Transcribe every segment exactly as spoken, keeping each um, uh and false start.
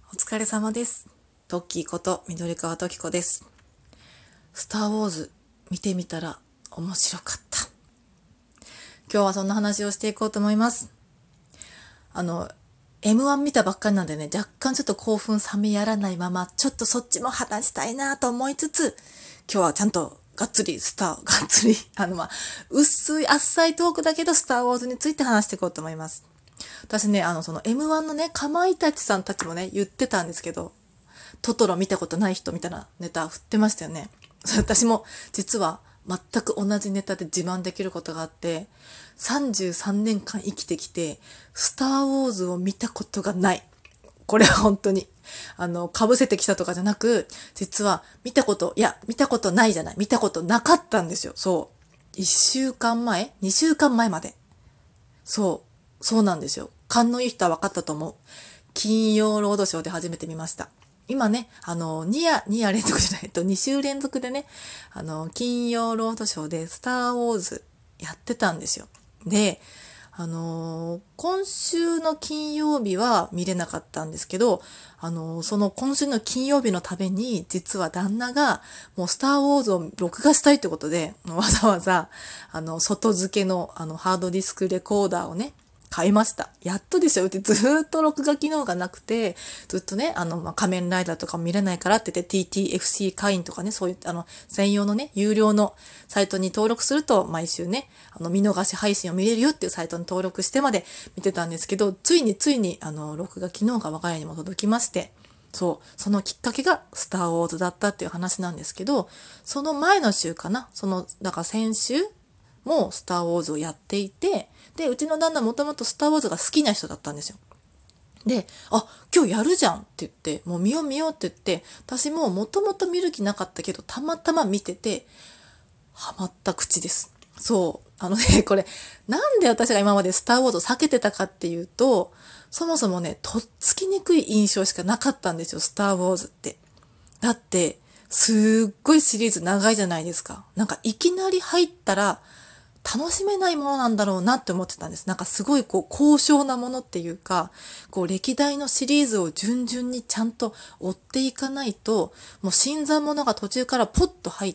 お疲れ様です。トッキーこと緑川トキコです。スターウォーズ見てみたら面白かった。今日はそんな話をしていこうと思います。あの、エムワン 見たばっかりなんでね、若干ちょっと興奮冷めやらないまま、ちょっとそっちも話したいなと思いつつ、今日はちゃんとがっつりスター、がっつり、あのまあ、薄いあっさいトークだけどスターウォーズについて話していこうと思います。私ね、あのその エムワン のね、かまいたちさんたちもね、言ってたんですけど、トトロ見たことない人みたいなネタ振ってましたよね。私も実は全く同じネタで自慢できることがあって、さんじゅうさんねんかん生きてきて、スターウォーズを見たことがない。これは本当に。あの、被せてきたとかじゃなく、実は見たこと、いや、見たことないじゃない。見たことなかったんですよ。そう。いっしゅうかんまえ ?に 週間前まで。そう。そうなんですよ。勘のいい人は分かったと思う。金曜ロードショーで初めて見ました。今ね、あの、に夜、に夜連続じゃない、えっと、に週連続でね、あの、金曜ロードショーでスターウォーズやってたんですよ。で、あのー今週の金曜日は見れなかったんですけど、あのーその今週の金曜日のために、実は旦那が、もうスターウォーズを録画したいってことで、わざわざ、あの、外付けの、あの、ハードディスクレコーダーをね、買いました。やっとですよ。うちずーっと録画機能がなくて、ずっとね、あの、まあ、仮面ライダーとかも見れないからって言って ティーティーエフシー 会員とかね、そういう、あの、専用のね、有料のサイトに登録すると、毎週ね、あの、見逃し配信を見れるよっていうサイトに登録してまで見てたんですけど、ついについに、あの、録画機能が我が家にも届きまして、そう、そのきっかけがスターウォーズだったっていう話なんですけど、その前の週かな、その、だから先週もスターウォーズをやっていて、で、うちの旦那もともとスターウォーズが好きな人だったんですよ。で、あ、今日やるじゃんって言って、もう見よう見ようって言って、私ももともと見る気なかったけど、たまたま見てて、ハマった口です。そう。あのね、これ、なんで私が今までスターウォーズを避けてたかっていうと、そもそもね、とっつきにくい印象しかなかったんですよ、スターウォーズって。だって、すっごいシリーズ長いじゃないですか。なんかいきなり入ったら、楽しめないものなんだろうなって思ってたんです。なんかすごいこう高尚なものっていうか、こう歴代のシリーズを順々にちゃんと追っていかないと、もう新参者が途中からポッと入って、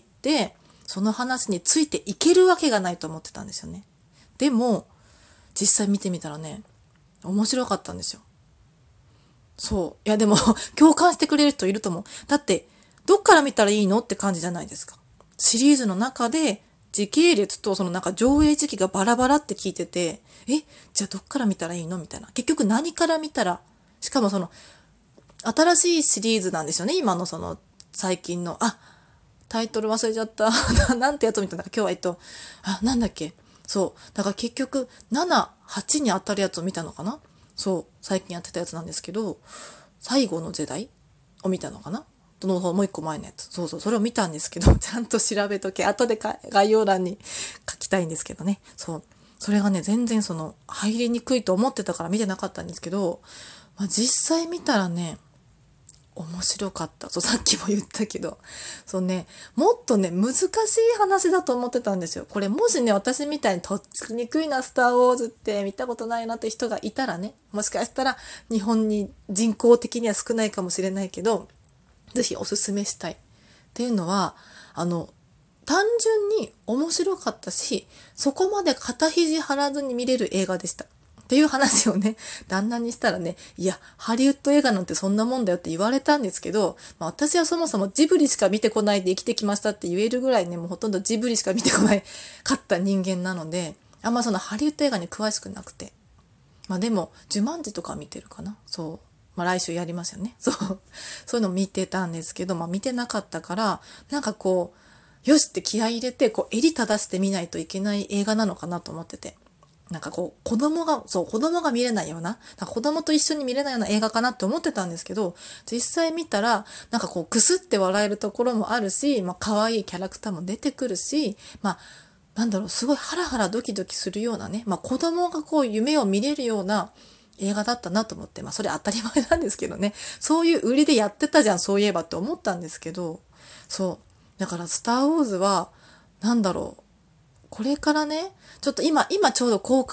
その話についていけるわけがないと思ってたんですよね。でも、実際見てみたらね、面白かったんですよ。そう。いやでも共感してくれる人いると思う。だって、どっから見たらいいのって感じじゃないですか。シリーズの中で、時系列とそのなんか上映時期がバラバラって聞いてて、え、じゃあどっから見たらいいのみたいな。結局何から見たら、しかもその、新しいシリーズなんですよね。今のその、最近の、あ、タイトル忘れちゃった。ななんてやつを見たんだか、今日はえっと、あ、なんだっけ。そう。だから結局、なな、はちに当たるやつを見たのかな。そう。最近やってたやつなんですけど、最後の時代を見たのかな。そのもう一個前のやつ。そうそう、それを見たんですけど、ちゃんと調べとけ。後でか概要欄に書きたいんですけどね。そう。それがね、全然その、入りにくいと思ってたから見てなかったんですけど、まあ、実際見たらね、面白かった。そう、さっきも言ったけど。そうね、もっとね、難しい話だと思ってたんですよ。これもしね、私みたいにとっつきにくいな、スターウォーズって見たことないなって人がいたらね、もしかしたら日本に人口的には少ないかもしれないけど、ぜひおすすめしたい。っていうのは、あの、単純に面白かったし、そこまで肩肘張らずに見れる映画でした。っていう話をね、旦那にしたらね、いや、ハリウッド映画なんてそんなもんだよって言われたんですけど、まあ、私はそもそもジブリしか見てこないで生きてきましたって言えるぐらいね、もうほとんどジブリしか見てこないかった人間なので、あんまそのハリウッド映画に詳しくなくて。まあでも、ジュマンジとか見てるかな。そう。まあ来週やりますよね。そう。そういうの見てたんですけど、まあ見てなかったから、なんかこう、よしって気合い入れて、こう、襟正して見ないといけない映画なのかなと思ってて。なんかこう、子供が、そう、子供が見れないような、なんか子供と一緒に見れないような映画かなって思ってたんですけど、実際見たら、なんかこう、くすって笑えるところもあるし、まあ可愛いキャラクターも出てくるし、まあ、なんだろう、すごいハラハラドキドキするようなね、まあ子供がこう夢を見れるような映画だったなと思って、まあそれ当たり前なんですけどね、そういう売りでやってたじゃん、そういえばって思ったんですけど、そう。だからスターウォーズは、なんだろう、これからね、ちょっと今、今ちょうど公開し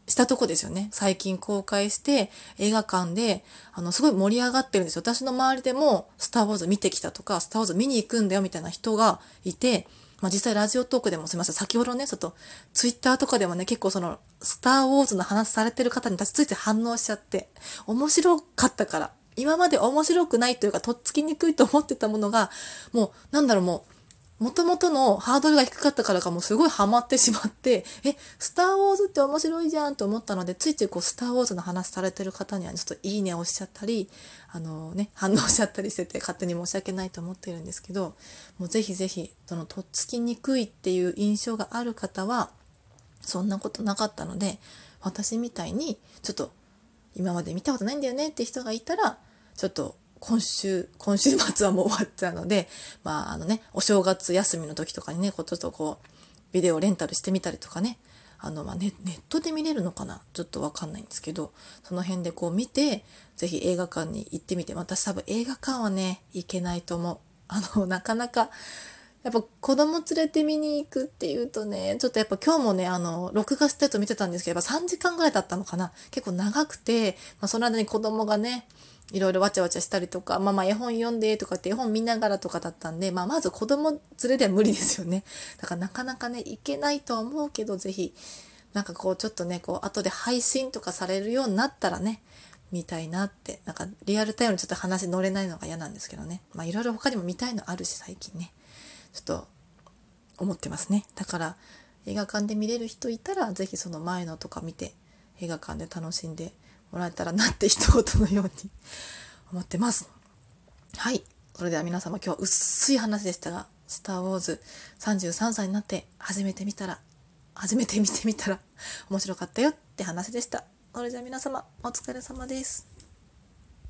したとこですよね。最近公開して映画館であのすごい盛り上がってるんですよ。私の周りでもスターウォーズ見てきたとか、スターウォーズ見に行くんだよみたいな人がいて、まあ実際ラジオトークでもすみません、先ほどね、ちょっとツイッターとかでもね、結構そのスターウォーズの話されてる方に私ついて反応しちゃって、面白かったから、今まで面白くないというかとっつきにくいと思ってたものが、もうなんだろう、もうもともとのハードルが低かったからかもうすごいハマってしまって、え、スターウォーズって面白いじゃんと思ったので、ついついこうスターウォーズの話されてる方にはちょっといいねを押しちゃったり、あのね、反応しちゃったりしてて勝手に申し訳ないと思ってるんですけど、もうぜひぜひ、そのとっつきにくいっていう印象がある方は、そんなことなかったので、私みたいにちょっと今まで見たことないんだよねって人がいたら、ちょっと今週、今週末はもう終わっちゃうので、まああのね、お正月休みの時とかにね、こうちょっとこう、ビデオレンタルしてみたりとかね、あの、まあネ、ネットで見れるのかなちょっとわかんないんですけど、その辺でこう見て、ぜひ映画館に行ってみて、私多分映画館はね、行けないと思う。あの、なかなか、やっぱ子供連れて見に行くっていうとね、ちょっとやっぱ今日もね、あの、録画したやつを見てたんですけど、やっぱさんじかんぐらいだったのかな。結構長くて、まあその間に子供がね、いろいろわちゃわちゃしたりとか、まあまあ絵本読んでとかって絵本見ながらとかだったんで、まあまず子供連れでは無理ですよね。だからなかなかね、行けないとは思うけど、ぜひ、なんかこうちょっとね、こう後で配信とかされるようになったらね、見たいなって、なんかリアルタイムにちょっと話乗れないのが嫌なんですけどね。まあいろいろ他にも見たいのあるし、最近ね。ちょっと思ってますね。だから映画館で見れる人いたら、ぜひその前のとか見て、映画館で楽しんでもらえたらなって一言のように思ってます。はい。それでは皆様、今日薄い話でしたが、スターウォーズさんじゅうさんさいになって初めて見たら、初めて見てみたら面白かったよって話でした。それじゃあ皆様、お疲れ様です。